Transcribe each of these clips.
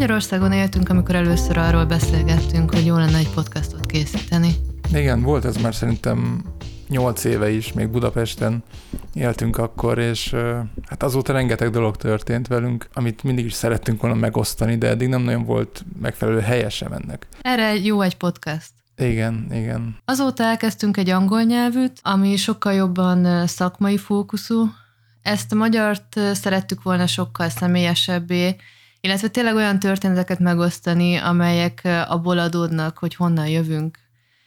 Magyarországon éltünk, amikor először arról beszélgettünk, hogy jó lenne egy podcastot készíteni. Igen, volt ez már szerintem 8 éve is, még Budapesten éltünk akkor, és hát azóta rengeteg dolog történt velünk, amit mindig is szerettünk volna megosztani, de eddig nem nagyon volt megfelelő helye sem ennek. Erre jó egy podcast. Igen. Azóta elkezdtünk egy angol nyelvűt, ami sokkal jobban szakmai fókuszú. Ezt a magyart szerettük volna sokkal személyesebbé, illetve tényleg olyan történeteket megosztani, amelyek abból adódnak, hogy honnan jövünk.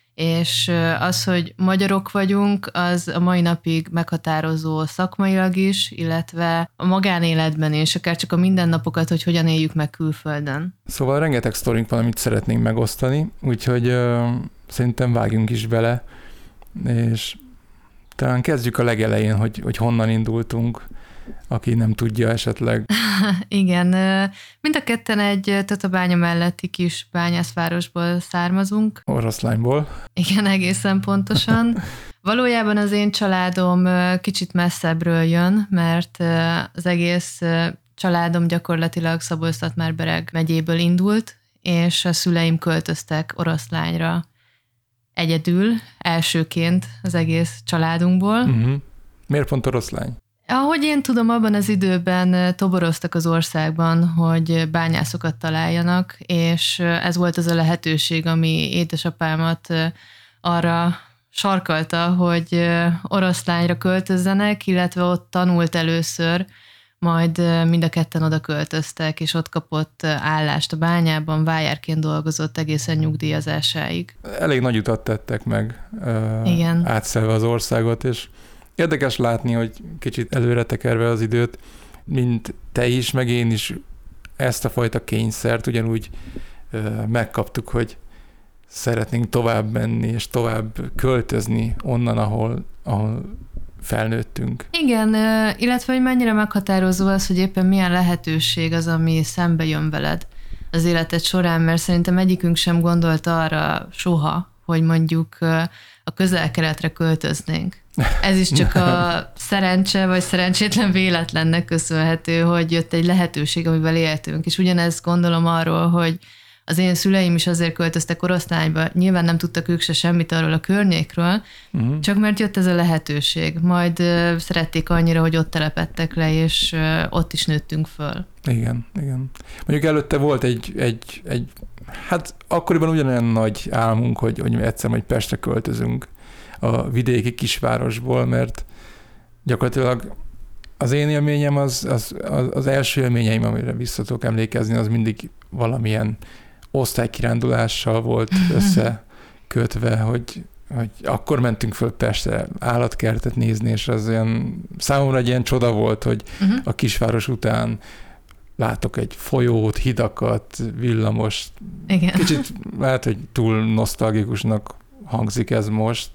És az, hogy magyarok vagyunk, az a mai napig meghatározó szakmailag is, illetve a magánéletben is, akár csak a mindennapokat, hogy hogyan éljük meg külföldön. Szóval rengeteg sztorink van, amit szeretnénk megosztani, úgyhogy szerintem vágjunk is bele, és talán kezdjük a legelején, hogy honnan indultunk, aki nem tudja esetleg. Igen, mind a ketten egy Tatabánya melletti kis bányászvárosból származunk. Oroszlányból. Igen, egészen pontosan. Valójában az én családom kicsit messzebbről jön, mert az egész családom gyakorlatilag Szabolcs-Szatmár-Bereg megyéből indult, és a szüleim költöztek Oroszlányra egyedül, elsőként az egész családunkból. Uh-huh. Miért pont Oroszlány? Ahogy én tudom, abban az időben toboroztak az országban, hogy bányászokat találjanak, és ez volt az a lehetőség, ami édesapámat arra sarkalta, hogy Oroszlányra költözzenek, illetve ott tanult először, majd mind a ketten oda költöztek, és ott kapott állást a bányában, vájárként dolgozott egészen nyugdíjazásáig. Elég nagy utat tettek meg, igen. Átszelve az országot, és érdekes látni, hogy kicsit előre tekerve az időt, mint te is, meg én is ezt a fajta kényszert ugyanúgy megkaptuk, hogy szeretnénk tovább menni, és tovább költözni onnan, ahol felnőttünk. Igen, illetve hogy mennyire meghatározó az, hogy éppen milyen lehetőség az, ami szembe jön veled az életed során, mert szerintem egyikünk sem gondolta arra soha, hogy mondjuk a Közel-Keletre költöznénk. Ez is csak a szerencse vagy szerencsétlen véletlennek köszönhető, hogy jött egy lehetőség, amivel éltünk. És ugyanezt gondolom arról, hogy az én szüleim is azért költöztek Oroszlányba, nyilván nem tudtak ők se semmit arról a környékről, csak mert jött ez a lehetőség. Majd szerették annyira, hogy ott telepedtek le, és ott is nőttünk föl. Igen. Mondjuk előtte volt egy hát akkoriban ugyanolyan nagy álmunk, hogy egyszer majd Pestre költözünk a vidéki kisvárosból, mert gyakorlatilag az én élményem az első élményeim, amire vissza tudok emlékezni, az mindig valamilyen osztálykirándulással volt összekötve, hogy akkor mentünk föl Pestre állatkertet nézni, és az olyan, számomra egy ilyen csoda volt, hogy a kisváros után látok egy folyót, hidakat, villamos. Igen. Kicsit lehet, hogy túl nosztalgikusnak hangzik ez most,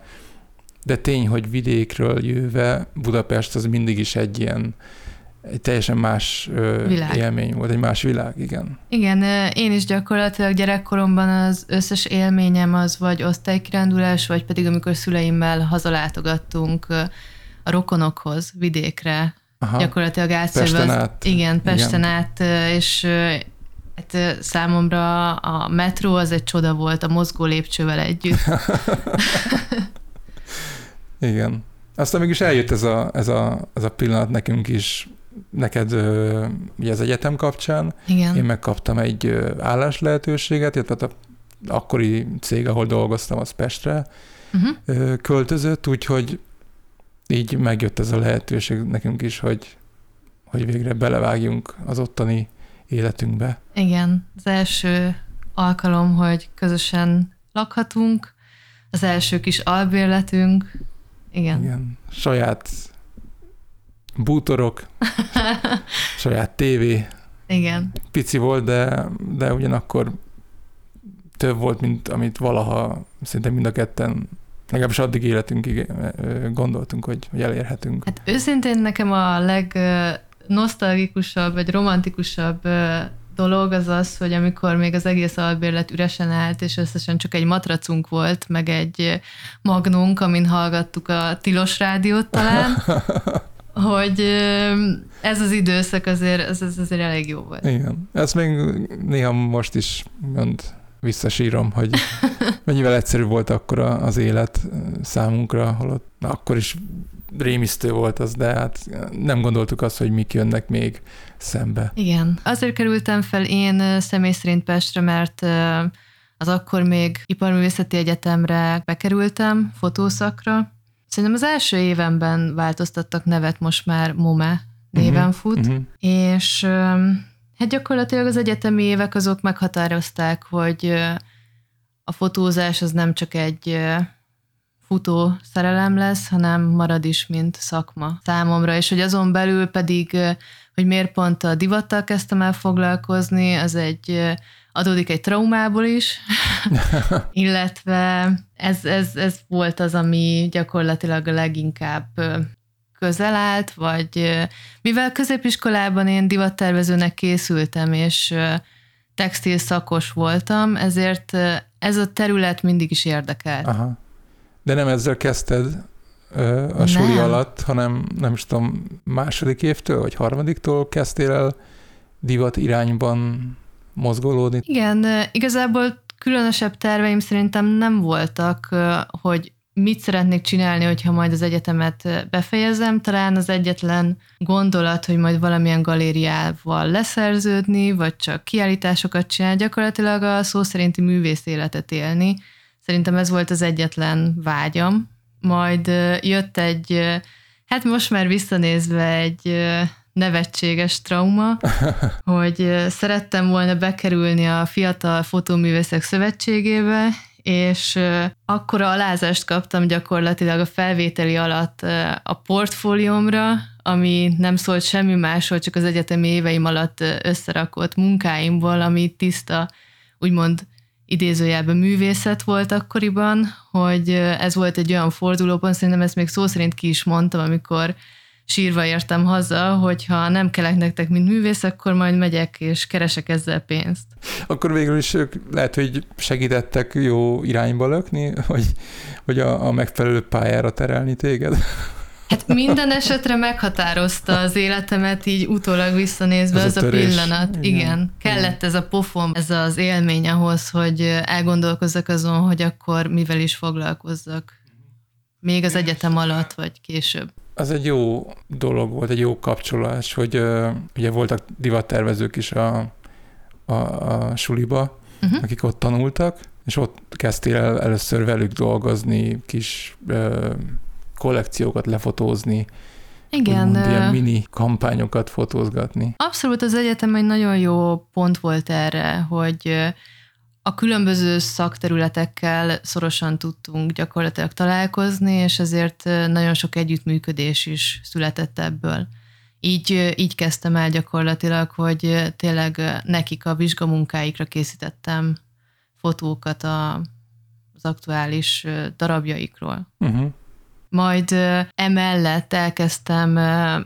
de tény, hogy vidékről jöve Budapest az mindig is egy teljesen más élmény volt, egy más világ, igen. Igen, én is gyakorlatilag gyerekkoromban az összes élményem az vagy osztálykirándulás, vagy pedig amikor szüleimmel hazalátogattunk a rokonokhoz, vidékre. Aha. Gyakorlatilag Pesten át. Igen, Pesten át, és hát számomra a metró az egy csoda volt a mozgó lépcsővel együtt. Igen. Aztán mégis eljött ez a pillanat nekünk is, neked ugye az egyetem kapcsán. Igen. Én megkaptam egy állás lehetőséget, illetve az akkori cég, ahol dolgoztam, az Pestre költözött, úgyhogy így megjött ez a lehetőség nekünk is, hogy végre belevágjunk az ottani életünkbe. Igen, az első alkalom, hogy közösen lakhatunk, az első kis albérletünk. Igen. Saját bútorok, saját tévé. Igen. Pici volt, de ugyanakkor több volt, mint amit valaha szerintem mind a ketten, legalábbis addig életünkig gondoltunk, hogy elérhetünk. Hát őszintén nekem a legnosztalgikusabb, vagy romantikusabb dolog az az, hogy amikor még az egész albérlet üresen állt, és összesen csak egy matracunk volt, meg egy magnunk, amin hallgattuk a tilos rádiót talán, hogy ez az időszak azért, ez azért elég jó volt. Igen. Ezt még néha most is visszasírom, hogy mennyivel egyszerűbb volt akkor az élet számunkra, holott akkor is rémisztő volt az, de hát nem gondoltuk azt, hogy mik jönnek még szembe. Igen. Azért kerültem fel én személy szerint Pestre, mert az akkor még Iparművészeti Egyetemre bekerültem, fotószakra. Szerintem az első évenben változtattak nevet, most már MOME néven fut, és hát gyakorlatilag az egyetemi évek azok meghatározták, hogy a fotózás az nem csak egy futó szerelem lesz, hanem marad is, mint szakma számomra, és hogy azon belül pedig, hogy miért pont a divattal kezdtem el foglalkozni, az adódik egy traumából is, illetve ez volt az, ami gyakorlatilag a leginkább közel állt, vagy mivel középiskolában én divattervezőnek készültem, és textil szakos voltam, ezért ez a terület mindig is érdekelt. Aha. De nem ezzel kezdted a suli alatt, hanem nem is tudom, második évtől, vagy harmadiktól kezdtél el divat irányban mozgolódni? Igen, igazából különösebb terveim szerintem nem voltak, hogy mit szeretnék csinálni, hogyha majd az egyetemet befejezem. Talán az egyetlen gondolat, hogy majd valamilyen galériával leszerződni, vagy csak kiállításokat csinálni, gyakorlatilag a szó szerinti művész életet élni. Szerintem ez volt az egyetlen vágyam. Majd jött hát most már visszanézve egy nevetséges trauma, hogy szerettem volna bekerülni a Fiatal Fotóművészek Szövetségébe, és akkora alázást kaptam gyakorlatilag a felvételi alatt a portfóliómra, ami nem szólt semmi másról, csak az egyetemi éveim alatt összerakott munkáimból, ami tiszta, úgymond idézőjelben művészet volt akkoriban, hogy ez volt egy olyan fordulópont, szerintem ezt még szó szerint ki is mondtam, amikor sírva értem haza, hogyha nem kellek nektek, mint művész, akkor majd megyek és keresek ezzel pénzt. Akkor végül is ők lehet, hogy segítettek jó irányba lökni, hogy a megfelelő pályára terelni téged? Hát minden esetre meghatározta az életemet, így utólag visszanézve ez a pillanat. Igen. Kellett ez a pofon, ez az élmény ahhoz, hogy elgondolkozzak azon, hogy akkor mivel is foglalkozzak. Még az egyetem alatt, vagy később. Az egy jó dolog volt, egy jó kapcsolás, hogy ugye voltak divattervezők is a suliba, akik ott tanultak, és ott kezdtél el először velük dolgozni, kis kollekciókat lefotózni, igen, ilyen mini kampányokat fotózgatni. Abszolút az egyetem egy nagyon jó pont volt erre, hogy a különböző szakterületekkel szorosan tudtunk gyakorlatilag találkozni, és ezért nagyon sok együttműködés is született ebből. Így kezdtem el gyakorlatilag, hogy tényleg nekik a vizsgamunkáikra készítettem fotókat az aktuális darabjaikról. Majd emellett elkezdtem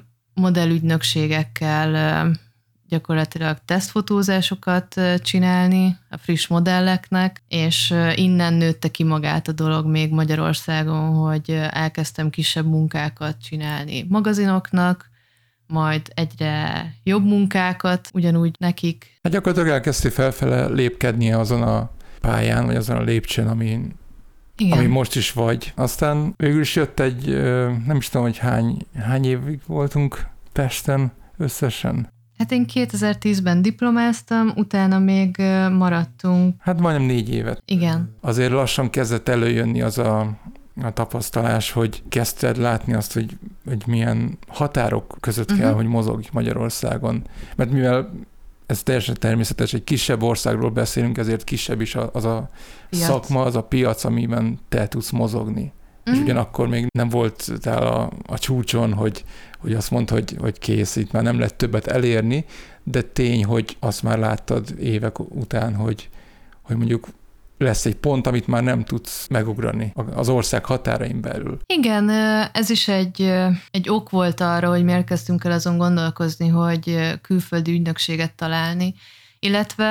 modellügynökségekkel gyakorlatilag tesztfotózásokat csinálni a friss modelleknek, és innen nőtte ki magát a dolog még Magyarországon, hogy elkezdtem kisebb munkákat csinálni magazinoknak, majd egyre jobb munkákat, ugyanúgy nekik. Hát gyakorlatilag elkezdtél felfele lépkedni azon a pályán, vagy azon a lépcsőn, ami most is vagy. Aztán végül is jött egy, nem is tudom, hogy hány évig voltunk Pesten összesen. Hát én 2010-ben diplomáztam, utána még maradtunk. Hát majdnem 4 évet. Igen. Azért lassan kezdett előjönni az a tapasztalás, hogy kezdted látni azt, hogy milyen határok között kell, hogy mozogj Magyarországon. Mert mivel ez teljesen természetes, egy kisebb országról beszélünk, ezért kisebb is az a szakma, az a piac, amiben te tudsz mozogni. És ugyanakkor még nem voltál a csúcson, hogy azt mondd, hogy kész, itt már nem lehet többet elérni, de tény, hogy azt már láttad évek után, hogy mondjuk lesz egy pont, amit már nem tudsz megugrani az ország határain belül. Igen, ez is egy ok volt arra, hogy miért kezdtünk el azon gondolkozni, hogy külföldi ügynökséget találni, illetve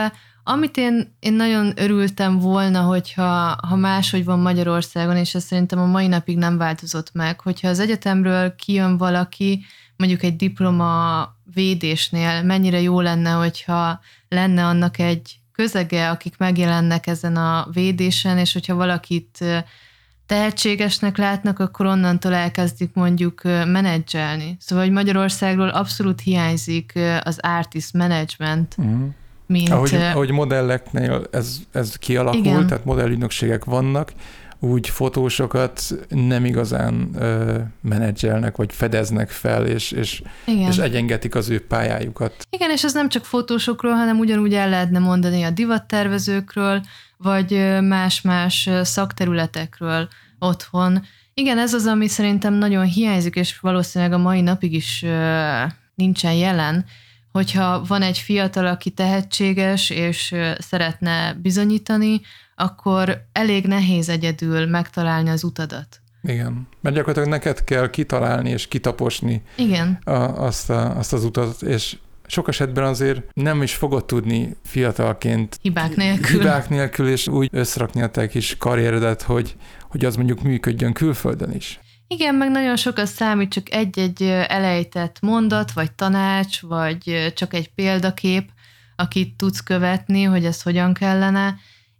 Amit én nagyon örültem volna, ha máshogy van Magyarországon, és ez szerintem a mai napig nem változott meg, hogyha az egyetemről kijön valaki, mondjuk egy diploma védésnél, mennyire jó lenne, hogyha lenne annak egy közege, akik megjelennek ezen a védésen, és hogyha valakit tehetségesnek látnak, akkor onnantól elkezdik mondjuk menedzselni. Szóval, hogy Magyarországról abszolút hiányzik az artist management, mint... Ahogy modelleknél ez kialakult, igen. Tehát modellügynökségek vannak, úgy fotósokat nem igazán menedzselnek, vagy fedeznek fel, és egyengetik az ő pályájukat. Igen, és ez nem csak fotósokról, hanem ugyanúgy el lehetne mondani a divattervezőkről, vagy más-más szakterületekről otthon. Igen, ez az, ami szerintem nagyon hiányzik, és valószínűleg a mai napig is nincsen jelen, hogyha van egy fiatal, aki tehetséges, és szeretne bizonyítani, akkor elég nehéz egyedül megtalálni az utadat. Igen, mert gyakorlatilag neked kell kitalálni és kitaposni igen. Azt az utat, és sok esetben azért nem is fogod tudni fiatalként hibák nélkül és úgy összerakni a te kis karrieredet, hogy az mondjuk működjön külföldön is. Igen, meg nagyon sokat számít csak egy-egy elejtett mondat, vagy tanács, vagy csak egy példakép, akit tudsz követni, hogy ez hogyan kellene,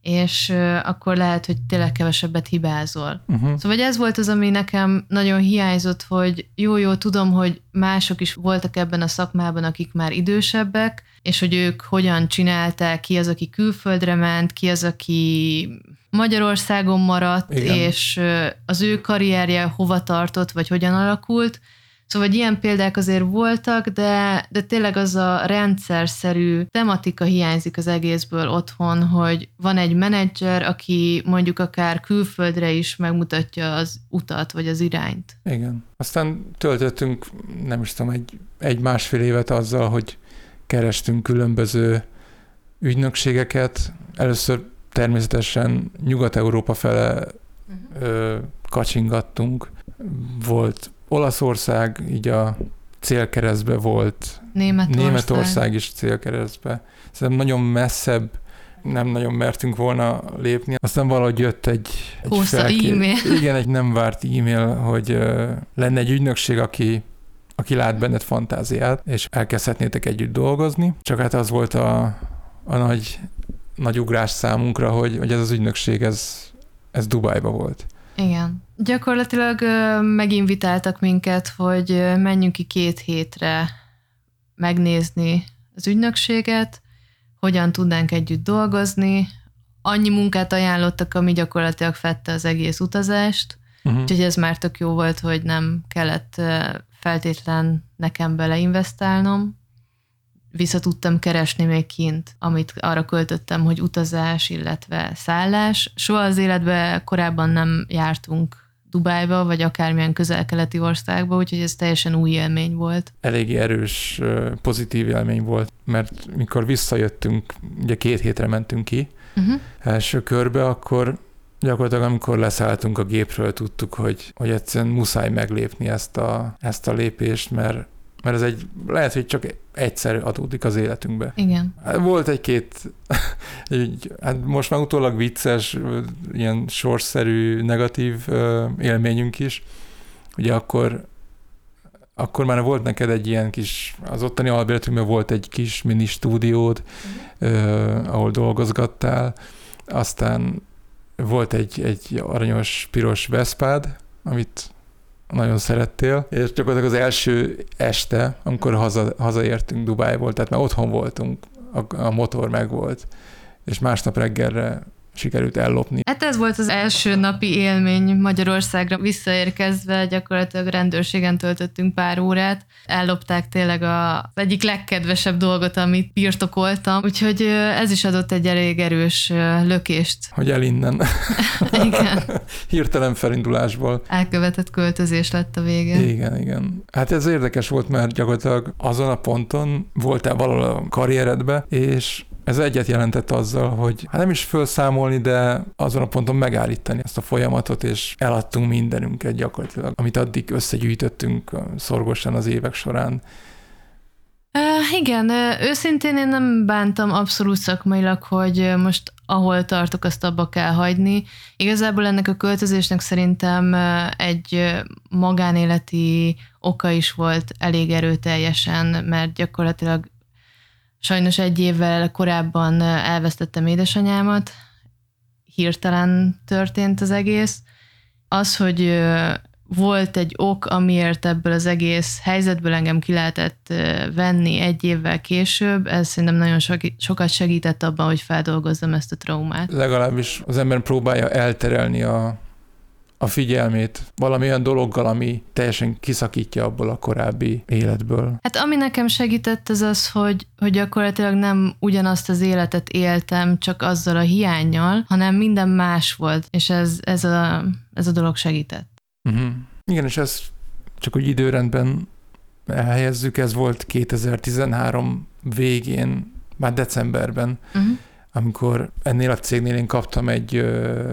és akkor lehet, hogy tényleg kevesebbet hibázol. Szóval ez volt az, ami nekem nagyon hiányzott, hogy jó, tudom, hogy mások is voltak ebben a szakmában, akik már idősebbek, és hogy ők hogyan csinálták, ki az, aki külföldre ment, ki az, aki Magyarországon maradt, igen. És az ő karrierje hova tartott, vagy hogyan alakult. Szóval ilyen példák azért voltak, de tényleg az a rendszerszerű tematika hiányzik az egészből otthon, hogy van egy menedzser, aki mondjuk akár külföldre is megmutatja az utat, vagy az irányt. Igen. Aztán töltöttünk, nem is tudom, egy-másfél évet azzal, hogy kerestünk különböző ügynökségeket. Először természetesen Nyugat-Európa fele kacsingattunk. Volt Olaszország, így a célkeresztbe volt. Németország is célkeresztbe. Szerintem nagyon messzebb nem nagyon mertünk volna lépni. Aztán valahogy jött egy e-mail. Igen, egy nem várt e-mail, hogy lenne egy ügynökség, aki lát benned fantáziát, és elkezdhetnétek együtt dolgozni. Csak hát az volt a nagy ugrás számunkra, hogy ez az ügynökség, ez Dubájba volt. Igen. Gyakorlatilag meginvitáltak minket, hogy menjünk ki 2 hétre megnézni az ügynökséget, hogyan tudnánk együtt dolgozni. Annyi munkát ajánlottak, ami gyakorlatilag fedte az egész utazást, úgyhogy ez már tök jó volt, hogy nem kellett feltétlen nekem beleinvestálnom. Vissza tudtam keresni még kint, amit arra költöttem, hogy utazás, illetve szállás. Soha az életben korábban nem jártunk Dubájba, vagy akármilyen közel-keleti országba, úgyhogy ez teljesen új élmény volt. Eléggé erős, pozitív élmény volt, mert mikor visszajöttünk, ugye 2 hétre mentünk ki első körbe, akkor gyakorlatilag amikor leszálltunk a gépről, tudtuk, hogy egyszerűen muszáj meglépni ezt a lépést, mert ez lehet, hogy csak egyszer adódik az életünkbe. Igen. Volt egy-két, hát most már utólag vicces, ilyen sorsszerű, negatív élményünk is. Ugye akkor már volt neked egy ilyen kis, az ottani albérletünkben volt egy kis mini stúdiód, ahol dolgozgattál. Aztán volt egy aranyos, piros Veszpád, amit nagyon szerettél, és gyakorlatilag az első este, amikor hazaértünk Dubájból, tehát már otthon voltunk, a motor megvolt, és másnap reggelre sikerült ellopni. Hát ez volt az első napi élmény Magyarországra visszaérkezve, gyakorlatilag rendőrségen töltöttünk pár órát. Ellopták tényleg az egyik legkedvesebb dolgot, amit birtokoltam, úgyhogy ez is adott egy elég erős lökést. Hogy el innen. Igen. Hirtelen felindulásból. Elkövetett költözés lett a vége. Igen. Hát ez érdekes volt, mert gyakorlatilag azon a ponton voltál valahol a karrieredbe, és ez egyet jelentett azzal, hogy hát nem is felszámolni, de azon a ponton megállítani ezt a folyamatot, és eladtunk mindenünket gyakorlatilag, amit addig összegyűjtöttünk szorgosan az évek során. Igen, őszintén én nem bántam abszolút szakmailag, hogy most ahol tartok, azt abba kell hagyni. Igazából ennek a költözésnek szerintem egy magánéleti oka is volt elég erőteljesen, mert gyakorlatilag sajnos 1 évvel korábban elvesztettem édesanyámat, hirtelen történt az egész. Az, hogy volt egy ok, amiért ebből az egész helyzetből engem ki lehetett venni 1 évvel később, ez szerintem nagyon sokat segített abban, hogy feldolgozzam ezt a traumát. Legalábbis az ember próbálja elterelni a figyelmét valami olyan dologgal, ami teljesen kiszakítja abból a korábbi életből. Hát ami nekem segített, az az, hogy gyakorlatilag nem ugyanazt az életet éltem, csak azzal a hiánnyal, hanem minden más volt, és ez a dolog segített. Uh-huh. Igen, és ezt csak úgy időrendben elhelyezzük, ez volt 2013 végén, már decemberben, amikor ennél a cégnél én kaptam egy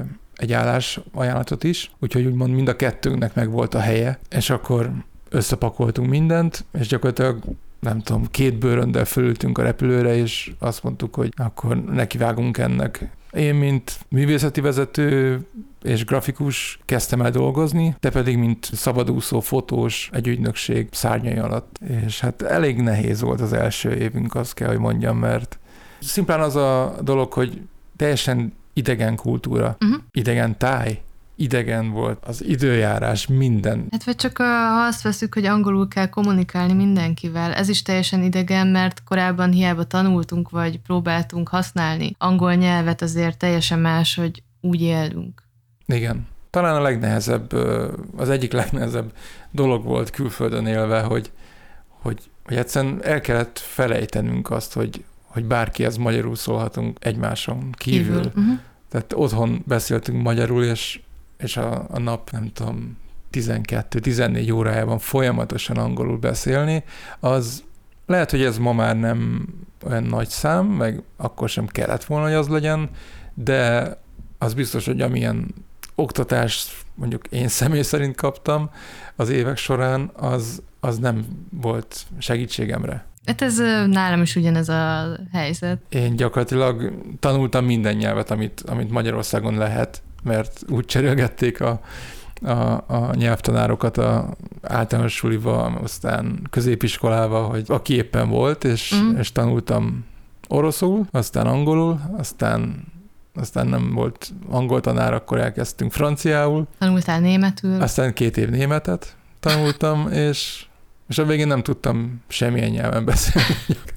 állásajánlatot is, úgyhogy úgymond mind a kettőnknek meg volt a helye, és akkor összepakoltunk mindent, és gyakorlatilag nem tudom, 2 bőröndel fölültünk a repülőre, és azt mondtuk, hogy akkor nekivágunk ennek. Én, mint művészeti vezető és grafikus kezdtem el dolgozni, te pedig, mint szabadúszó fotós egy ügynökség szárnyai alatt. És hát elég nehéz volt az első évünk, azt kell, hogy mondjam, mert szimplán az a dolog, hogy teljesen idegen kultúra, idegen táj, idegen volt az időjárás, minden. Hát vagy csak ha azt veszük, hogy angolul kell kommunikálni mindenkivel, ez is teljesen idegen, mert korábban hiába tanultunk, vagy próbáltunk használni angol nyelvet, azért teljesen más, hogy úgy élünk. Igen. Talán a legnehezebb, az egyik legnehezebb dolog volt külföldön élve, hogy egyszerűen el kellett felejtenünk azt, hogy bárkihez magyarul szólhatunk egymáson kívül. Tehát otthon beszéltünk magyarul, és a nap, nem tudom, 12-14 órájában folyamatosan angolul beszélni, az lehet, hogy ez ma már nem olyan nagy szám, meg akkor sem kellett volna, hogy az legyen, de az biztos, hogy amilyen oktatást mondjuk én személy szerint kaptam az évek során, az nem volt segítségemre. Hát ez nálam is ugyanez a helyzet. Én gyakorlatilag tanultam minden nyelvet, amit Magyarországon lehet, mert úgy cserélgették a nyelvtanárokat a általános suliba, aztán középiskolába, hogy aki éppen volt, és tanultam oroszul, aztán angolul, aztán nem volt angol tanár, akkor elkezdtünk franciául. Tanultál németül. Aztán 2 év németet tanultam, és a végén nem tudtam semmilyen nyelven beszélni.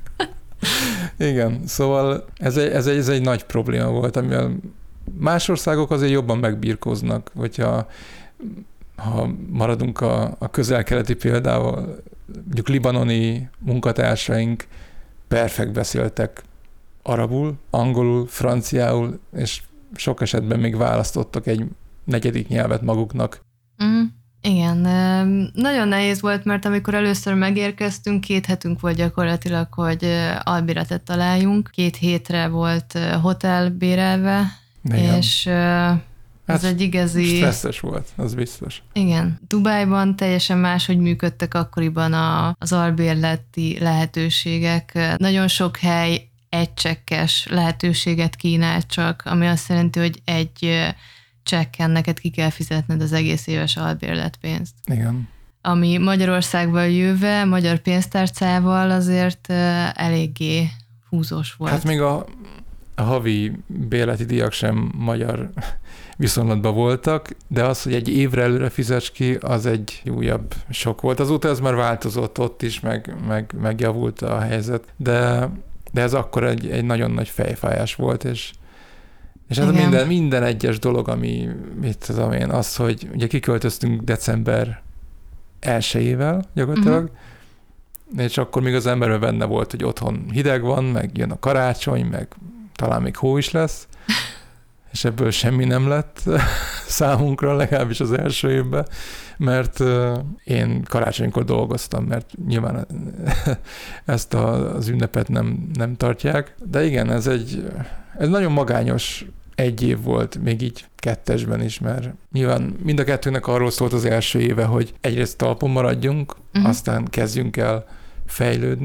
Igen, szóval ez egy nagy probléma volt, amivel más országok azért jobban megbirkóznak, hogyha maradunk a közel-keleti példával, mondjuk libanoni munkatársaink perfekt beszéltek arabul, angolul, franciául, és sok esetben még választottak egy 4. nyelvet maguknak. Igen, nagyon nehéz volt, mert amikor először megérkeztünk, 2 hetünk volt gyakorlatilag, hogy albéletet találjunk. 2 hétre volt hotel bérelve, igen. És ez egy igazi... Stresszes volt, az biztos. Igen. Dubájban teljesen máshogy működtek akkoriban az albérleti lehetőségek. Nagyon sok hely egycsekkes lehetőséget kínált csak, ami azt jelenti, hogy egy csekken neked ki kell fizetned az egész éves albérletpénzt. Igen. Ami Magyarországban jöve, magyar pénztárcával azért eléggé húzós volt. Hát még a havi bérleti díjak sem magyar viszonylatban voltak, de az, hogy egy évre előre fizets ki, az egy újabb sok volt. Azóta ez már változott ott is, megjavult a helyzet, de ez akkor egy nagyon nagy fejfájás volt, és ez minden egyes dolog, ami, mit tudom én, az, hogy ugye kiköltöztünk december 1-ével gyakorlatilag, és akkor még az emberben benne volt, hogy otthon hideg van, meg jön a karácsony, meg talán még hó is lesz, és ebből semmi nem lett számunkra, legalábbis az első évben, mert én karácsonykor dolgoztam, mert nyilván ezt az ünnepet nem tartják. De igen, ez nagyon magányos 1 év volt, még így 2-esben is, mert nyilván mind a kettőnek arról szólt az első éve, hogy egyrészt talpon maradjunk, aztán kezdjünk el fejlődni.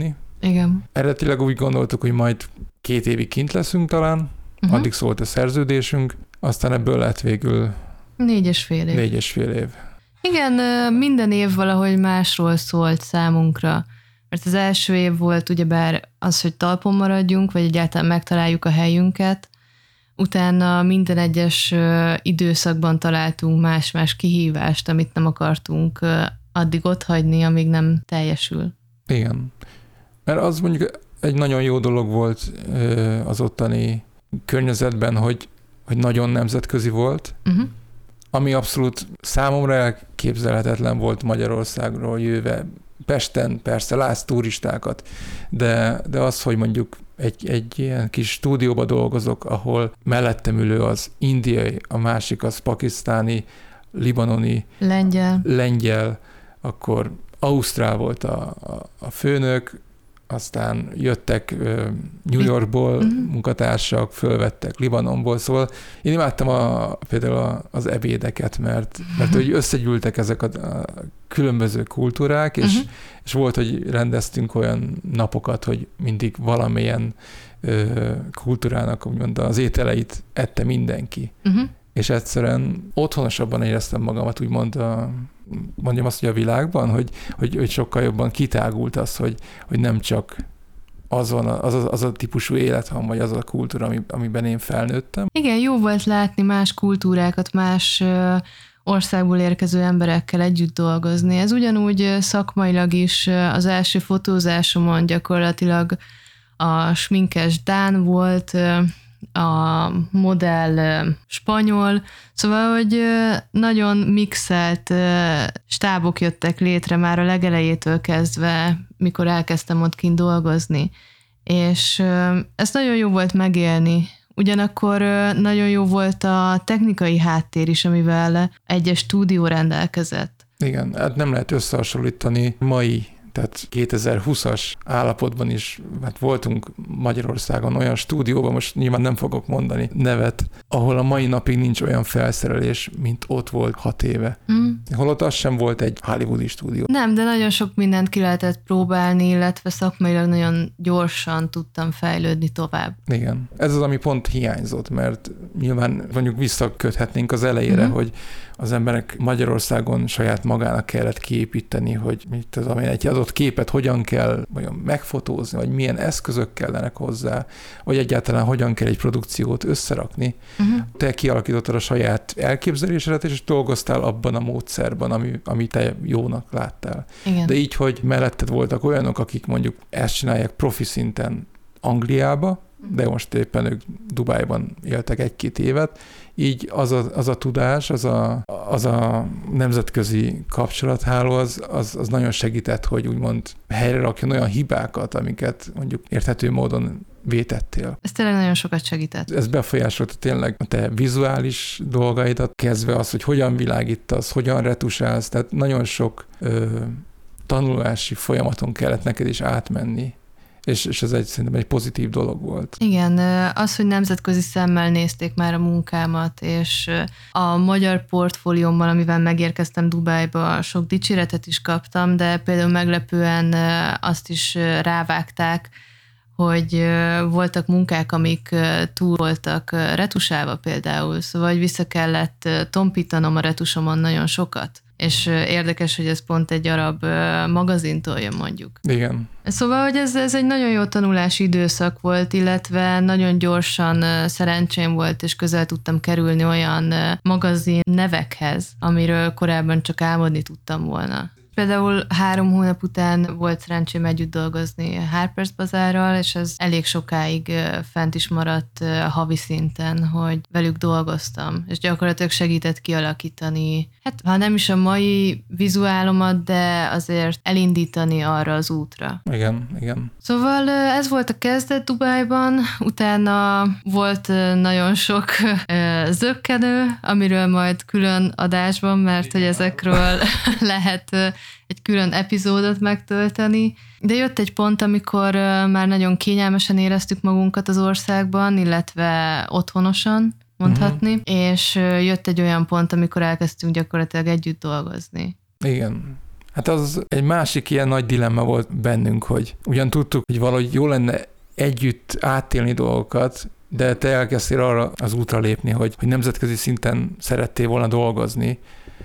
Igen. Eredetileg úgy gondoltuk, hogy majd 2 évig kint leszünk talán, addig szólt a szerződésünk, aztán ebből lett végül 4,5 év. 4,5 év. Igen, minden év valahogy másról szólt számunkra. Mert az első év volt ugyebár az, hogy talpon maradjunk, vagy egyáltalán megtaláljuk a helyünket. Utána minden egyes időszakban találtunk más-más kihívást, amit nem akartunk addig otthagyni, amíg nem teljesül. Igen. Mert az mondjuk egy nagyon jó dolog volt az ottani környezetben, hogy nagyon nemzetközi volt, ami abszolút számomra elképzelhetetlen volt Magyarországról jöve. Pesten persze látsz turistákat, de az, hogy mondjuk egy ilyen kis stúdióba dolgozok, ahol mellettem ülő az indiai, a másik az pakisztáni, libanoni, lengyel, akkor ausztrál volt a főnök, aztán jöttek New Yorkból munkatársak, fölvettek Libanonból, szóval én imádtam például az ebédeket, mert hogy összegyűltek ezek a különböző kultúrák, és volt, hogy rendeztünk olyan napokat, hogy mindig valamilyen kultúrának úgymond az ételeit ette mindenki. És egyszerűen otthonosabban éreztem magamat, úgymond mondjam azt, hogy a világban, hogy sokkal jobban kitágult az, hogy nem csak az a típusú élet van, vagy az a kultúra, amiben én felnőttem. Igen, jó volt látni más kultúrákat, más országból érkező emberekkel együtt dolgozni. Ez ugyanúgy szakmailag is az első fotózásomon gyakorlatilag a sminkes dán volt, a modell spanyol, szóval, hogy nagyon mixelt stábok jöttek létre már a legelejétől kezdve, mikor elkezdtem ott kint dolgozni. És ezt nagyon jó volt megélni. Ugyanakkor nagyon jó volt a technikai háttér is, amivel egyes stúdió rendelkezett. Igen, hát nem lehet összehasonlítani mai, tehát 2020-as állapotban is, hát voltunk Magyarországon olyan stúdióban, most nyilván nem fogok mondani nevet, ahol a mai napig nincs olyan felszerelés, mint ott volt 6 éve. Holott az sem volt egy hollywoodi stúdió. Nem, de nagyon sok mindent ki lehetett próbálni, illetve szakmailag nagyon gyorsan tudtam fejlődni tovább. Igen. Ez az, ami pont hiányzott, mert nyilván mondjuk visszaköthetnénk az elejére, hogy az emberek Magyarországon saját magának kellett kiépíteni, hogy egy adott képet hogyan kell megfotózni, vagy milyen eszközök kellenek hozzá, vagy egyáltalán hogyan kell egy produkciót összerakni. Te kialakítottad a saját elképzelésedet, és dolgoztál abban a módszerben, ami te jónak láttál. Igen. De így, hogy melletted voltak olyanok, akik mondjuk ezt csinálják profi szinten Angliába, de most éppen ők Dubájban éltek 1-2 évet, így az a tudás, az a nemzetközi kapcsolatháló, az nagyon segített, hogy úgymond helyre rakjon olyan hibákat, amiket mondjuk érthető módon vétettél. Ez tényleg nagyon sokat segített. Ez befolyásolta tényleg a te vizuális dolgaidat, kezdve az, hogy hogyan világítasz, hogyan retusálsz, tehát nagyon sok tanulási folyamaton kellett neked is átmenni. És ez szerintem egy pozitív dolog volt. Igen, az, hogy nemzetközi szemmel nézték már a munkámat, és a magyar portfóliómmal, amivel megérkeztem Dubájba, sok dicséretet is kaptam, de például meglepően azt is rávágták, hogy voltak munkák, amik túl voltak retusálva például, szóval hogy vissza kellett tompítanom a retusomon nagyon sokat. És érdekes, hogy ez pont egy arab magazintól jön, mondjuk. Igen. Szóval, hogy ez egy nagyon jó tanulási időszak volt, illetve nagyon gyorsan szerencsém volt, és közel tudtam kerülni olyan magazin nevekhez, amiről korábban csak álmodni tudtam volna. Például 3 hónap után volt szerencsém együtt dolgozni Harper's Bazaarral, és ez elég sokáig fent is maradt havi szinten, hogy velük dolgoztam, és gyakorlatilag segített kialakítani, hát ha nem is a mai vizuálomat, de azért elindítani arra az útra. Igen. Szóval ez volt a kezdet Dubájban, utána volt nagyon sok zökkenő, amiről majd külön adásban, mert hogy ezekről lehet egy külön epizódot megtölteni. De jött egy pont, amikor már nagyon kényelmesen éreztük magunkat az országban, illetve otthonosan, mondhatni, és jött egy olyan pont, amikor elkezdtünk gyakorlatilag együtt dolgozni. Igen. Hát az egy másik ilyen nagy dilemma volt bennünk, hogy ugyan tudtuk, hogy valahogy jó lenne együtt átélni dolgokat, de te elkezdtél arra az útra lépni, hogy nemzetközi szinten szerettél volna dolgozni,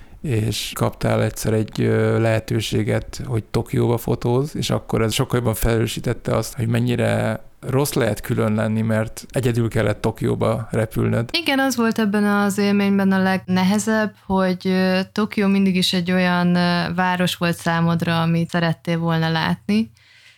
és kaptál egyszer egy lehetőséget, hogy Tokióba fotóz, és akkor ez sokkal jobban felerősítette azt, hogy mennyire rossz lehet külön lenni, mert egyedül kellett Tokióba repülnöd. Igen, az volt ebben az élményben a legnehezebb, hogy Tokió mindig is egy olyan város volt számodra, amit szerettél volna látni,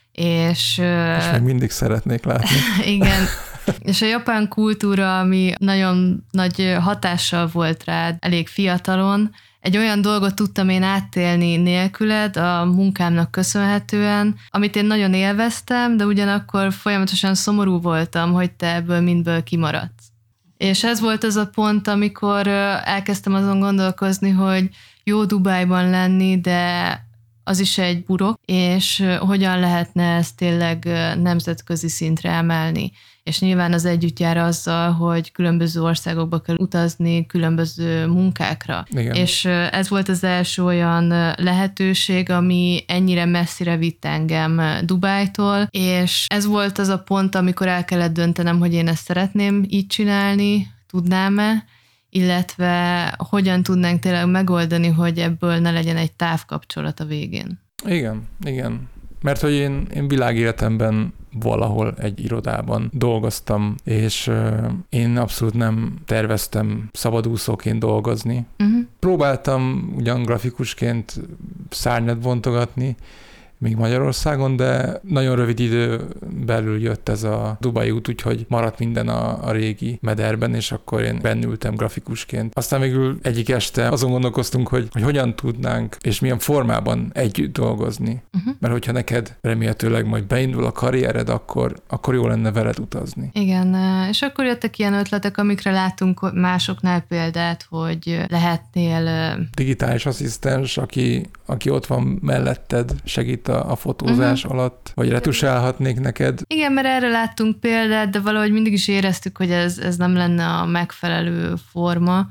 és még mindig szeretnék látni. Igen, és a japán kultúra, ami nagyon nagy hatással volt rád elég fiatalon, egy olyan dolgot tudtam én átélni nélküled a munkámnak köszönhetően, amit én nagyon élveztem, de ugyanakkor folyamatosan szomorú voltam, hogy te ebből mindből kimaradsz. És ez volt az a pont, amikor elkezdtem azon gondolkozni, hogy jó Dubájban lenni, de az is egy burok, és hogyan lehetne ezt tényleg nemzetközi szintre emelni. És nyilván az együtt jár azzal, hogy különböző országokba kell utazni, különböző munkákra. Igen. És ez volt az első olyan lehetőség, ami ennyire messzire vitt engem Dubájtól, és ez volt az a pont, amikor el kellett döntenem, hogy én ezt szeretném így csinálni, tudnám-e, illetve hogyan tudnánk tényleg megoldani, hogy ebből ne legyen egy távkapcsolat a végén. Igen. Mert hogy én világéletemben valahol egy irodában dolgoztam, és én abszolút nem terveztem szabadúszóként dolgozni. Próbáltam ugyan grafikusként szárnyat bontogatni, még Magyarországon, de nagyon rövid idő belül jött ez a Dubai út, úgyhogy maradt minden a régi mederben, és akkor én bennültem grafikusként. Aztán végül egyik este azon gondolkoztunk, hogy hogyan tudnánk, és milyen formában együtt dolgozni. Mert hogyha neked remélhetőleg majd beindul a karriered, akkor jó lenne veled utazni. Igen, és akkor jöttek ilyen ötletek, amikre látunk másoknál példát, hogy lehetnél digitális asszisztens, aki ott van melletted, segít a fotózás alatt, vagy retusálhatnék neked. Igen, mert erre láttunk példát, de valahogy mindig is éreztük, hogy ez nem lenne a megfelelő forma,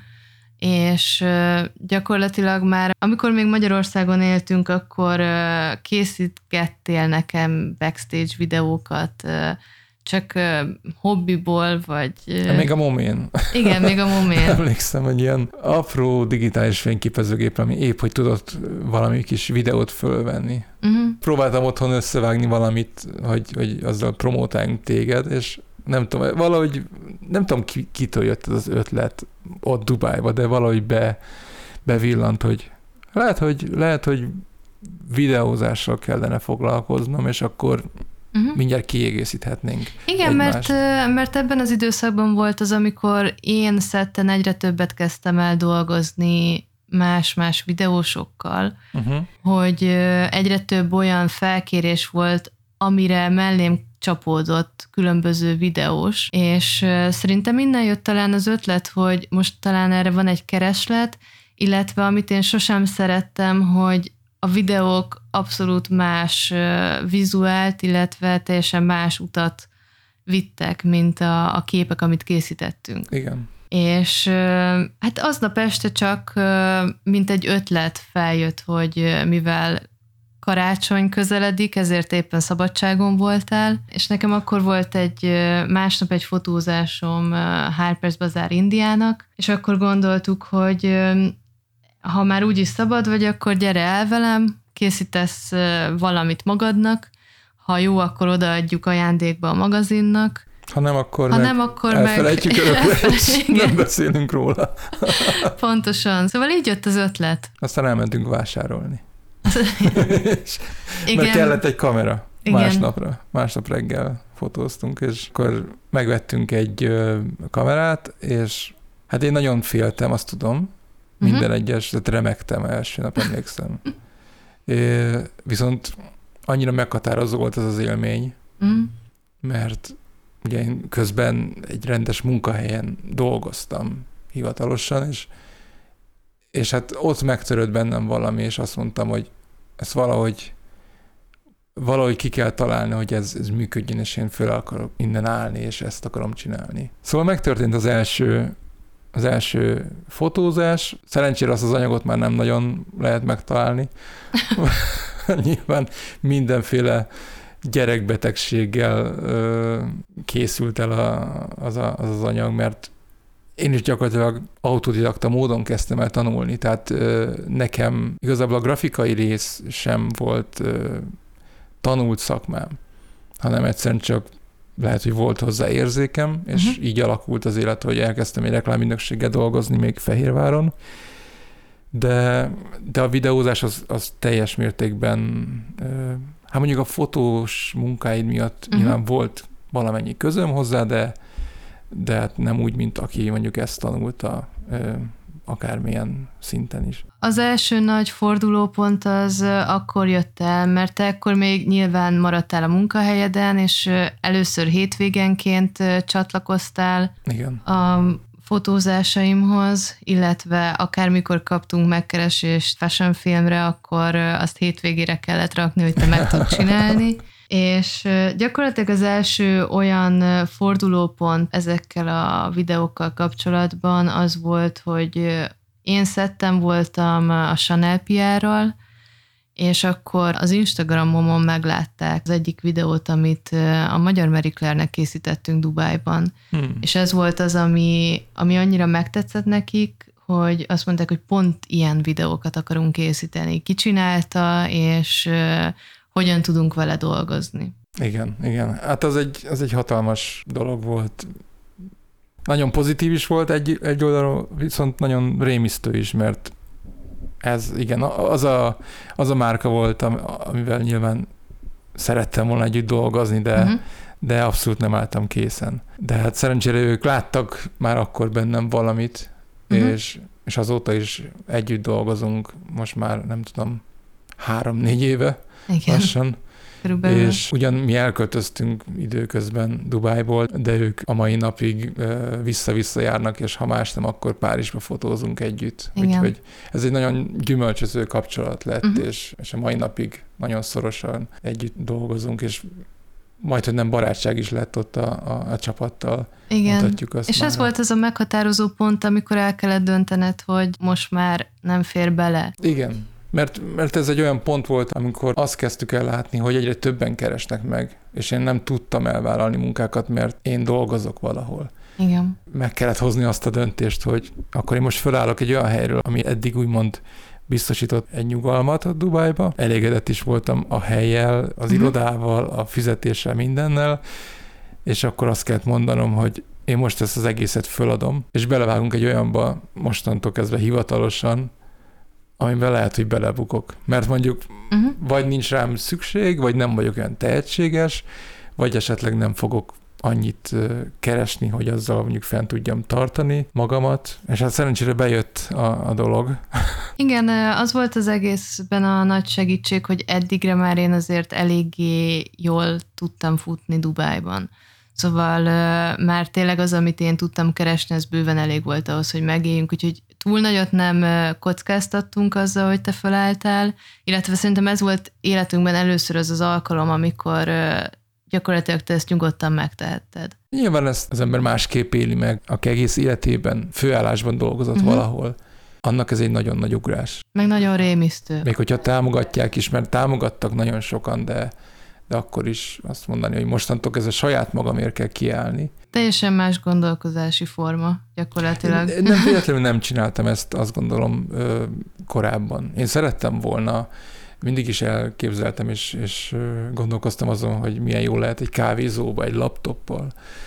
és gyakorlatilag már, amikor még Magyarországon éltünk, akkor készítgettél nekem backstage videókat, csak hobbiból, vagy... Még a Momén. Igen, még a Momén. Emlékszem, hogy ilyen apró digitális fényképezőgép, ami épp, hogy tudott valami kis videót fölvenni. Próbáltam otthon összevágni valamit, hogy azzal promótáljunk téged, és nem tudom, valahogy nem tudom, kitől jött ez az ötlet ott Dubájba, de valahogy bevillant, hogy lehet, hogy videózással kellene foglalkoznom, és akkor mindjárt kiegészíthetnénk. Igen, mert ebben az időszakban volt az, amikor én szetten egyre többet kezdtem el dolgozni más-más videósokkal, hogy egyre több olyan felkérés volt, amire mellém csapódott különböző videós, és szerintem innen jött talán az ötlet, hogy most talán erre van egy kereslet, illetve amit én sosem szerettem, hogy a videók abszolút más vizuált, illetve teljesen más utat vittek, mint a képek, amit készítettünk. Igen. És hát aznap este csak mint egy ötlet feljött, hogy mivel karácsony közeledik, ezért éppen szabadságon voltál, és nekem akkor volt másnap egy fotózásom Harper's Bazaar Indiának, és akkor gondoltuk, hogy ha már úgyis szabad vagy, akkor gyere el velem, készítesz valamit magadnak, ha jó, akkor odaadjuk ajándékba a magazinnak, ha nem, akkor elfelejtjük örökre, és nem beszélünk róla. Pontosan. Szóval így jött az ötlet. Aztán elmentünk vásárolni. Igen. Mert kellett egy kamera. Igen. Másnap reggel fotóztunk, és akkor megvettünk egy kamerát, és hát én nagyon féltem, azt tudom, minden egyes, tehát remegtem első nap, emlékszem. Viszont annyira meghatározó volt ez az élmény, mert ugye én közben egy rendes munkahelyen dolgoztam hivatalosan, és hát ott megtörött bennem valami, és azt mondtam, hogy ezt valahogy ki kell találni, hogy ez működjön, és én föl akarok innen állni, és ezt akarom csinálni. Szóval megtörtént az első az első fotózás. Szerencsére azt az anyagot már nem nagyon lehet megtalálni. Nyilván mindenféle gyerekbetegséggel készült el az anyag, mert én is gyakorlatilag autodidakta módon kezdtem el tanulni, tehát nekem igazából a grafikai rész sem volt tanult szakmám, hanem egyszerűen csak lehet, hogy volt hozzá érzékem, és így alakult az élet, hogy elkezdtem egy reklámügynökséggel dolgozni még Fehérváron, de a videózás az teljes mértékben, hát mondjuk a fotós munkáid miatt nyilván volt valamennyi közöm hozzá, de hát nem úgy, mint aki mondjuk ezt tanulta akármilyen szinten is. Az első nagy fordulópont az akkor jött el, mert te akkor még nyilván maradtál a munkahelyeden, és először hétvégenként csatlakoztál Igen. a fotózásaimhoz, illetve akármikor kaptunk megkeresést fashion filmre, akkor azt hétvégére kellett rakni, hogy te meg tud csinálni. És gyakorlatilag az első olyan fordulópont ezekkel a videókkal kapcsolatban az volt, hogy én szettem voltam a Chanel PR-ral, és akkor az Instagramomon meglátták az egyik videót, amit a Magyar Marie Claire-nek készítettünk Dubájban. És ez volt az, ami annyira megtetszett nekik, hogy azt mondták, hogy pont ilyen videókat akarunk készíteni. Ki csinálta, és hogyan tudunk vele dolgozni. Igen. Hát az egy hatalmas dolog volt. Nagyon pozitív is volt egy oldalról, viszont nagyon rémisztő is, mert ez igen, az a márka volt, amivel nyilván szerettem volna együtt dolgozni, de abszolút nem álltam készen. De hát szerencsére ők láttak már akkor bennem valamit, és azóta is együtt dolgozunk, most már nem tudom, 3-4 éve. Igen. Lassan. Körülbelül. És ugyan mi elköltöztünk időközben Dubájból, de ők a mai napig vissza-vissza járnak, és ha más nem, akkor Párizsba fotózunk együtt. Igen. Úgyhogy ez egy nagyon gyümölcsöző kapcsolat lett, és a mai napig nagyon szorosan együtt dolgozunk, és majd, hogy nem barátság is lett ott a csapattal. Igen, és ez volt az a meghatározó pont, amikor el kellett döntened, hogy most már nem fér bele. Igen. Mert ez egy olyan pont volt, amikor azt kezdtük el látni, hogy egyre többen keresnek meg, és én nem tudtam elvállalni munkákat, mert én dolgozok valahol. Igen. Meg kellett hozni azt a döntést, hogy akkor én most fölállok egy olyan helyről, ami eddig úgymond biztosított egy nyugalmat a Dubájba. Elégedett is voltam a hellyel, az irodával, a fizetéssel, mindennel, és akkor azt kellett mondanom, hogy én most ezt az egészet föladom, és belevágunk egy olyanba mostantól kezdve hivatalosan, amiben lehet, hogy belebukok. Mert mondjuk vagy nincs rám szükség, vagy nem vagyok olyan tehetséges, vagy esetleg nem fogok annyit keresni, hogy azzal mondjuk fent tudjam tartani magamat, és hát szerencsére bejött a dolog. Igen, az volt az egészben a nagy segítség, hogy eddigre már én azért eléggé jól tudtam futni Dubájban. Szóval már tényleg az, amit én tudtam keresni, ez bőven elég volt ahhoz, hogy megéljünk, úgyhogy túl nagyot nem kockáztattunk azzal, hogy te felálltál, illetve szerintem ez volt életünkben először az alkalom, amikor gyakorlatilag te ezt nyugodtan megtehetted. Nyilván ezt az ember másképp éli meg, aki egész életében főállásban dolgozott valahol. Annak ez egy nagyon nagy ugrás. Meg nagyon rémisztő. Még hogyha támogatják is, mert támogattak nagyon sokan, de akkor is azt mondani, hogy mostantól ez a saját magamért kell kiállni. Teljesen más gondolkozási forma, gyakorlatilag. Nem véletlenül nem csináltam ezt, azt gondolom korábban. Én szerettem volna, mindig is elképzeltem, és gondolkoztam azon, hogy milyen jó lehet egy kávézóba, egy laptoppal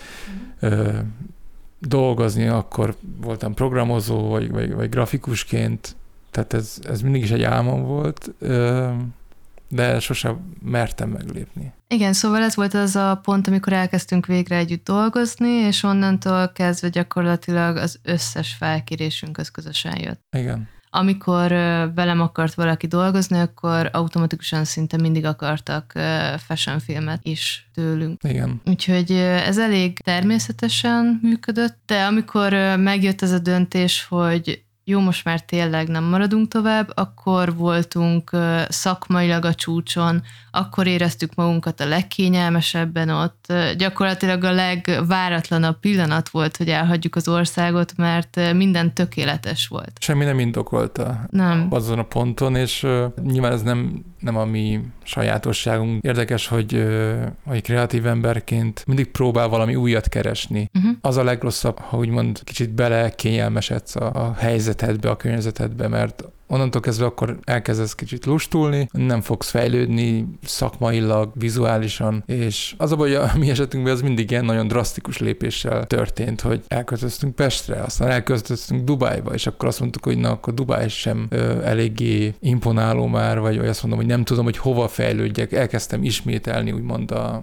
dolgozni, akkor voltam programozó, vagy grafikusként, tehát ez mindig is egy álmom volt, de sosem mertem meglépni. Igen, szóval ez volt az a pont, amikor elkezdtünk végre együtt dolgozni, és onnantól kezdve gyakorlatilag az összes felkérésünk az közösen jött. Igen. Amikor velem akart valaki dolgozni, akkor automatikusan szinte mindig akartak fashion filmet is tőlünk. Igen. Úgyhogy ez elég természetesen működött, de amikor megjött ez a döntés, hogy jó, most már tényleg nem maradunk tovább, akkor voltunk szakmailag a csúcson, akkor éreztük magunkat a legkényelmesebben ott. Gyakorlatilag a legváratlanabb pillanat volt, hogy elhagyjuk az országot, mert minden tökéletes volt. Semmi nem indokolta nem. Azon a ponton, és nyilván ez nem a mi sajátosságunk. Érdekes, hogy kreatív emberként mindig próbál valami újat keresni. Az a legrosszabb, ha úgymond kicsit belekényelmesedsz a helyzetedbe, a környezetedbe, mert onnantól kezdve akkor elkezdesz kicsit lustulni, nem fogsz fejlődni szakmailag, vizuálisan, és az a baj, hogy a mi esetünkben az mindig ilyen nagyon drasztikus lépéssel történt, hogy elköltöztünk Pestre, aztán elköltöztünk Dubájba, és akkor azt mondtuk, hogy na, akkor Dubáj sem eléggé imponáló már, vagy azt mondom, hogy nem tudom, hogy hova fejlődjek. Elkezdtem ismételni úgymond a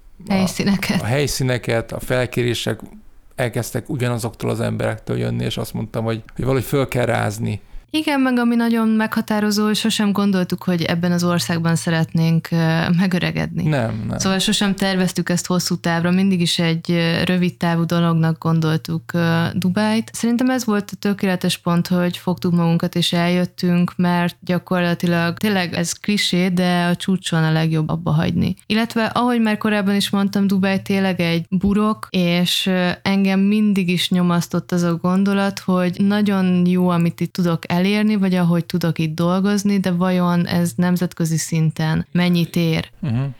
helyszíneket, a felkérések elkezdtek ugyanazoktól az emberektől jönni, és azt mondtam, hogy valahogy föl kell rázni. Igen, meg ami nagyon meghatározó, hogy sosem gondoltuk, hogy ebben az országban szeretnénk megöregedni. Nem. Szóval sosem terveztük ezt hosszú távra, mindig is egy rövid távú dolognak gondoltuk Dubájt. Szerintem ez volt a tökéletes pont, hogy fogtuk magunkat és eljöttünk, mert gyakorlatilag tényleg ez klisé, de a csúcson a legjobb abba hagyni. Illetve, ahogy már korábban is mondtam, Dubáj tényleg egy burok, és engem mindig is nyomasztott az a gondolat, hogy nagyon jó, amit itt tudok elérni, vagy ahogy tudok itt dolgozni, de vajon ez nemzetközi szinten mennyit ér?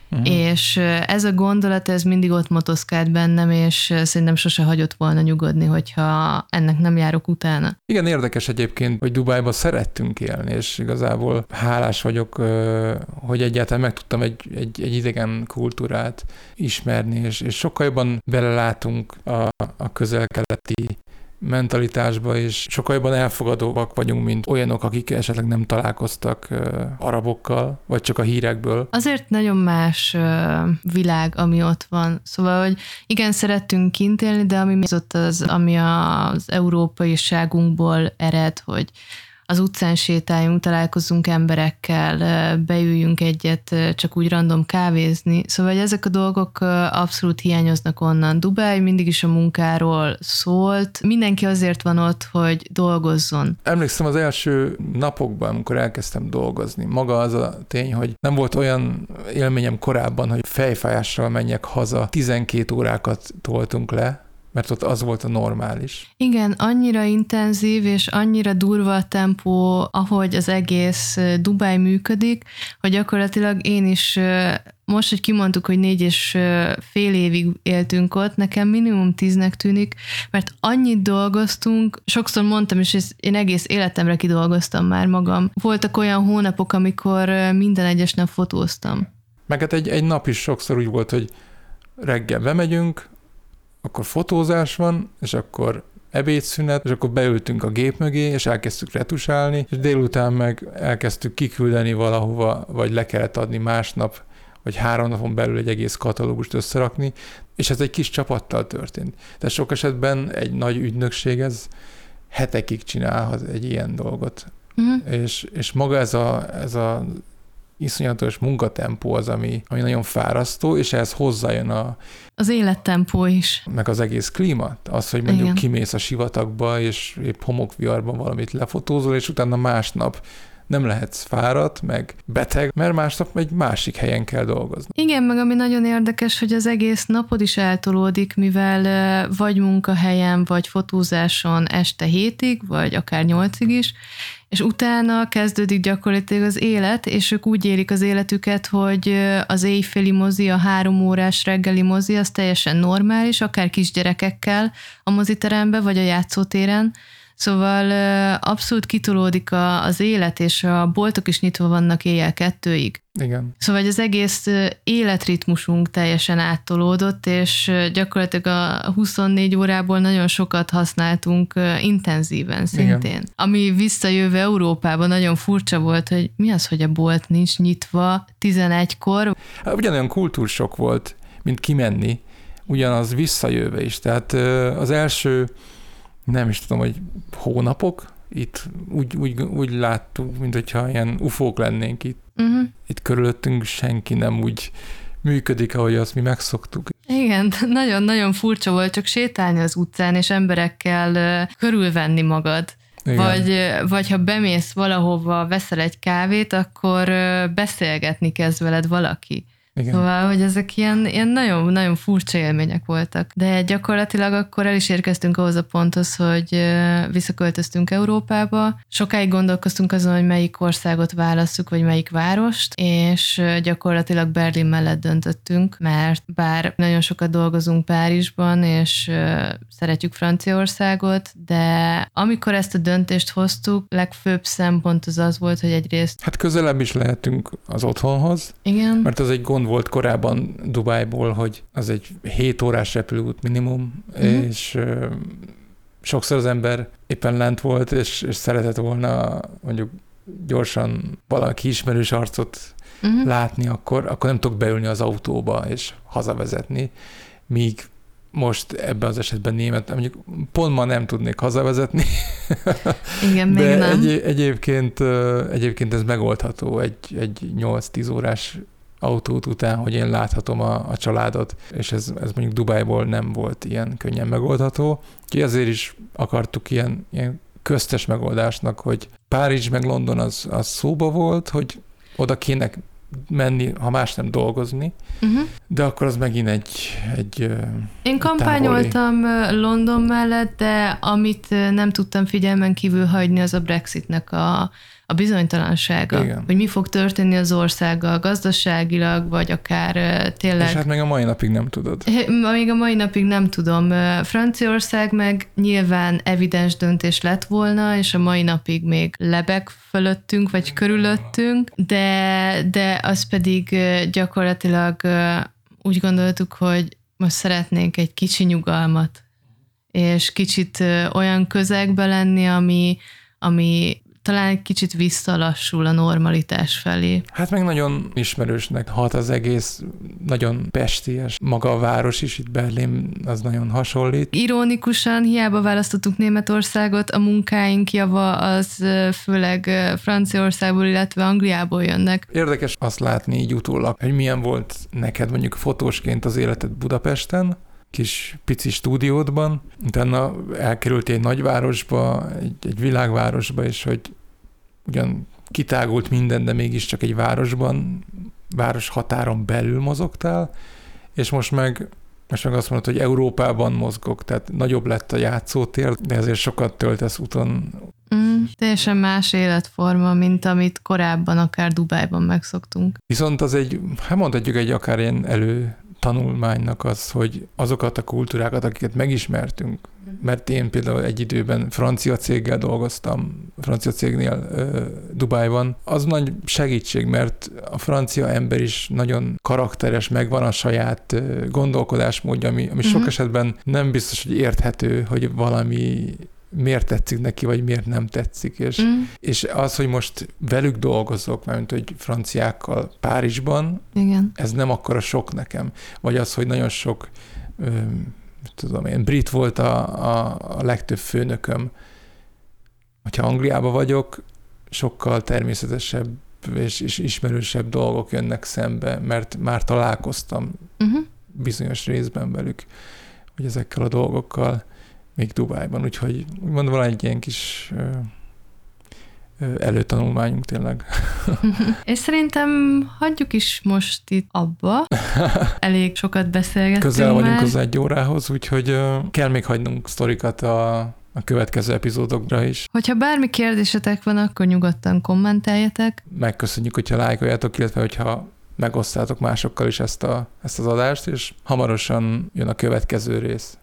És ez a gondolat, ez mindig ott motoszkált bennem, és szerintem sose hagyott volna nyugodni, hogyha ennek nem járok utána. Igen, érdekes egyébként, hogy Dubájban szerettünk élni, és igazából hálás vagyok, hogy egyáltalán meg tudtam egy idegen kultúrát ismerni, és sokkal jobban belelátunk a közel-keleti mentalitásba, és sokkal jobban elfogadóak vagyunk, mint olyanok, akik esetleg nem találkoztak arabokkal, vagy csak a hírekből. Azért nagyon más világ, ami ott van. Szóval, hogy igen, szerettünk kint élni, de ami ami az európaiságunkból ered, hogy az utcán sétáljunk, találkozzunk emberekkel, beüljünk egyet, csak úgy random kávézni. Szóval ezek a dolgok abszolút hiányoznak onnan. Dubáj mindig is a munkáról szólt. Mindenki azért van ott, hogy dolgozzon. Emlékszem az első napokban, amikor elkezdtem dolgozni. Maga az a tény, hogy nem volt olyan élményem korábban, hogy fejfájással menjek haza. 12 órákat toltunk le, mert ott az volt a normális. Igen, annyira intenzív és annyira durva a tempó, ahogy az egész Dubáj működik, hogy gyakorlatilag én is most, hogy kimondtuk, hogy 4,5 évig éltünk ott, nekem minimum 10-nek tűnik, mert annyit dolgoztunk, sokszor mondtam is, és én egész életemre kidolgoztam már magam. Voltak olyan hónapok, amikor minden egyes nap fotóztam. Meg hát egy nap is sokszor úgy volt, hogy reggel bemegyünk, akkor fotózás van, és akkor ebédszünet, és akkor beültünk a gép mögé, és elkezdtük retusálni, és délután meg elkezdtük kiküldeni valahova, vagy le kellett adni másnap, vagy 3 napon belül egy egész katalógust összerakni, és ez egy kis csapattal történt. Tehát sok esetben egy nagy ügynökség ez hetekig csinálhat egy ilyen dolgot. És maga ez a iszonyatos munkatempó az, ami nagyon fárasztó, és ehhez hozzájön az élettempó is. Meg az egész klíma. Az, hogy mondjuk kimész a sivatagba, és épp homokviharban valamit lefotózol, és utána másnap nem lehetsz fáradt, meg beteg, mert másnap egy másik helyen kell dolgozni. Igen, meg ami nagyon érdekes, hogy az egész napod is eltolódik, mivel vagy munkahelyen, vagy fotózáson este 7-ig, vagy akár 8-ig is, és utána kezdődik gyakorlatilag az élet, és ők úgy élik az életüket, hogy az éjféli mozi, a 3 órás reggeli mozi, az teljesen normális, akár kisgyerekekkel a moziterembe, vagy a játszótéren. Szóval abszolút kitolódik az élet, és a boltok is nyitva vannak éjjel 2-ig. Igen. Szóval az egész életritmusunk teljesen áttolódott, és gyakorlatilag a 24 órából nagyon sokat használtunk intenzíven szintén. Igen. Ami visszajöve Európában nagyon furcsa volt, hogy mi az, hogy a bolt nincs nyitva 11-kor. Ugyanolyan kultúrsok volt, mint kimenni, ugyanaz visszajöve is. Tehát az első nem is tudom, hogy hónapok, itt úgy láttuk, mint hogyha ilyen ufók lennénk itt. Itt körülöttünk senki nem úgy működik, ahogy azt mi megszoktuk. Igen, nagyon-nagyon furcsa volt csak sétálni az utcán, és emberekkel körülvenni magad. Vagy ha bemész valahova, veszel egy kávét, akkor beszélgetni kezd veled valaki. Igen. Szóval, hogy ezek ilyen nagyon, nagyon furcsa élmények voltak. De gyakorlatilag akkor el is érkeztünk ahhoz a ponthoz, hogy visszaköltöztünk Európába. Sokáig gondolkoztunk azon, hogy melyik országot válasszuk, vagy melyik várost, és gyakorlatilag Berlin mellett döntöttünk, mert bár nagyon sokat dolgozunk Párizsban, és szeretjük Franciaországot, de amikor ezt a döntést hoztuk, legfőbb szempont az volt, hogy egyrészt... Hát közelebb is lehetünk az otthonhoz. Igen. Mert az egy gond volt korábban Dubájból, hogy az egy 7 órás repülőút minimum, és sokszor az ember éppen lent volt, és szeretett volna mondjuk gyorsan valaki ismerős arcot látni, akkor nem tudok beülni az autóba és hazavezetni, míg most ebben az esetben mondjuk pont ma nem tudnék hazavezetni. Igen, de még nem. Egyébként ez megoldható egy 8-10 órás autót után, hogy én láthatom a családot, és ez mondjuk Dubájból nem volt ilyen könnyen megoldható. Úgyhogy ezért is akartuk ilyen köztes megoldásnak, hogy Párizs meg London az szóba volt, hogy oda kéne menni, ha más nem dolgozni, de akkor az megint egy Én kampányoltam London mellett, de amit nem tudtam figyelmen kívül hagyni, az a Brexitnek a bizonytalansága, igen. Hogy mi fog történni az országgal gazdaságilag, vagy akár tényleg... És hát még a mai napig nem tudod. Még a mai napig nem tudom. Franciaország meg nyilván evidens döntés lett volna, és a mai napig még lebeg fölöttünk, vagy körülöttünk, de az pedig gyakorlatilag úgy gondoltuk, hogy most szeretnénk egy kicsi nyugalmat, és kicsit olyan közegbe lenni, ami talán egy kicsit visszalassul a normalitás felé. Hát meg nagyon ismerősnek hat az egész, nagyon pesties. Maga a város is, itt Berlin, az nagyon hasonlít. Ironikusan hiába választottuk Németországot, a munkáink java az főleg Franciaországból, illetve Angliából jönnek. Érdekes azt látni így utólag, hogy milyen volt neked mondjuk fotósként az életed Budapesten, kis pici stúdiódban, utána elkerültél egy nagyvárosba, egy világvárosba, és hogy ugyan kitágult minden, de mégiscsak egy városban, város határon belül mozogtál, és most meg azt mondod, hogy Európában mozgok, tehát nagyobb lett a játszótér, de ezért sokat töltesz úton. Teljesen más életforma, mint amit korábban akár Dubájban megszoktunk. Viszont az mondhatjuk egy akár ilyen tanulmánynak az, hogy azokat a kultúrákat, akiket megismertünk, mert én például egy időben francia céggel dolgoztam, francia cégnél Dubájban, az nagy segítség, mert a francia ember is nagyon karakteres, megvan a saját gondolkodásmódja, ami sok esetben nem biztos, hogy érthető, hogy valami miért tetszik neki, vagy miért nem tetszik. És az, hogy most velük dolgozok, mert hogy franciákkal Párizsban, igen. Ez nem akkora sok nekem. Vagy az, hogy nagyon sok brit volt a legtöbb főnököm. Hogyha Angliában vagyok, sokkal természetesebb és ismerősebb dolgok jönnek szembe, mert már találkoztam bizonyos részben velük, hogy ezekkel a dolgokkal még Dubájban, úgyhogy úgymond van egy ilyen kis előtanulmányunk tényleg. És szerintem hagyjuk is most itt abba. Elég sokat beszélgettünk Közel vagyunk hozzá 1 órához, úgyhogy kell még hagynunk sztorikat a következő epizódokra is. Hogyha bármi kérdésetek van, akkor nyugodtan kommenteljetek. Megköszönjük, hogyha lájkoljátok, illetve hogyha megosztátok másokkal is ezt az adást, és hamarosan jön a következő rész.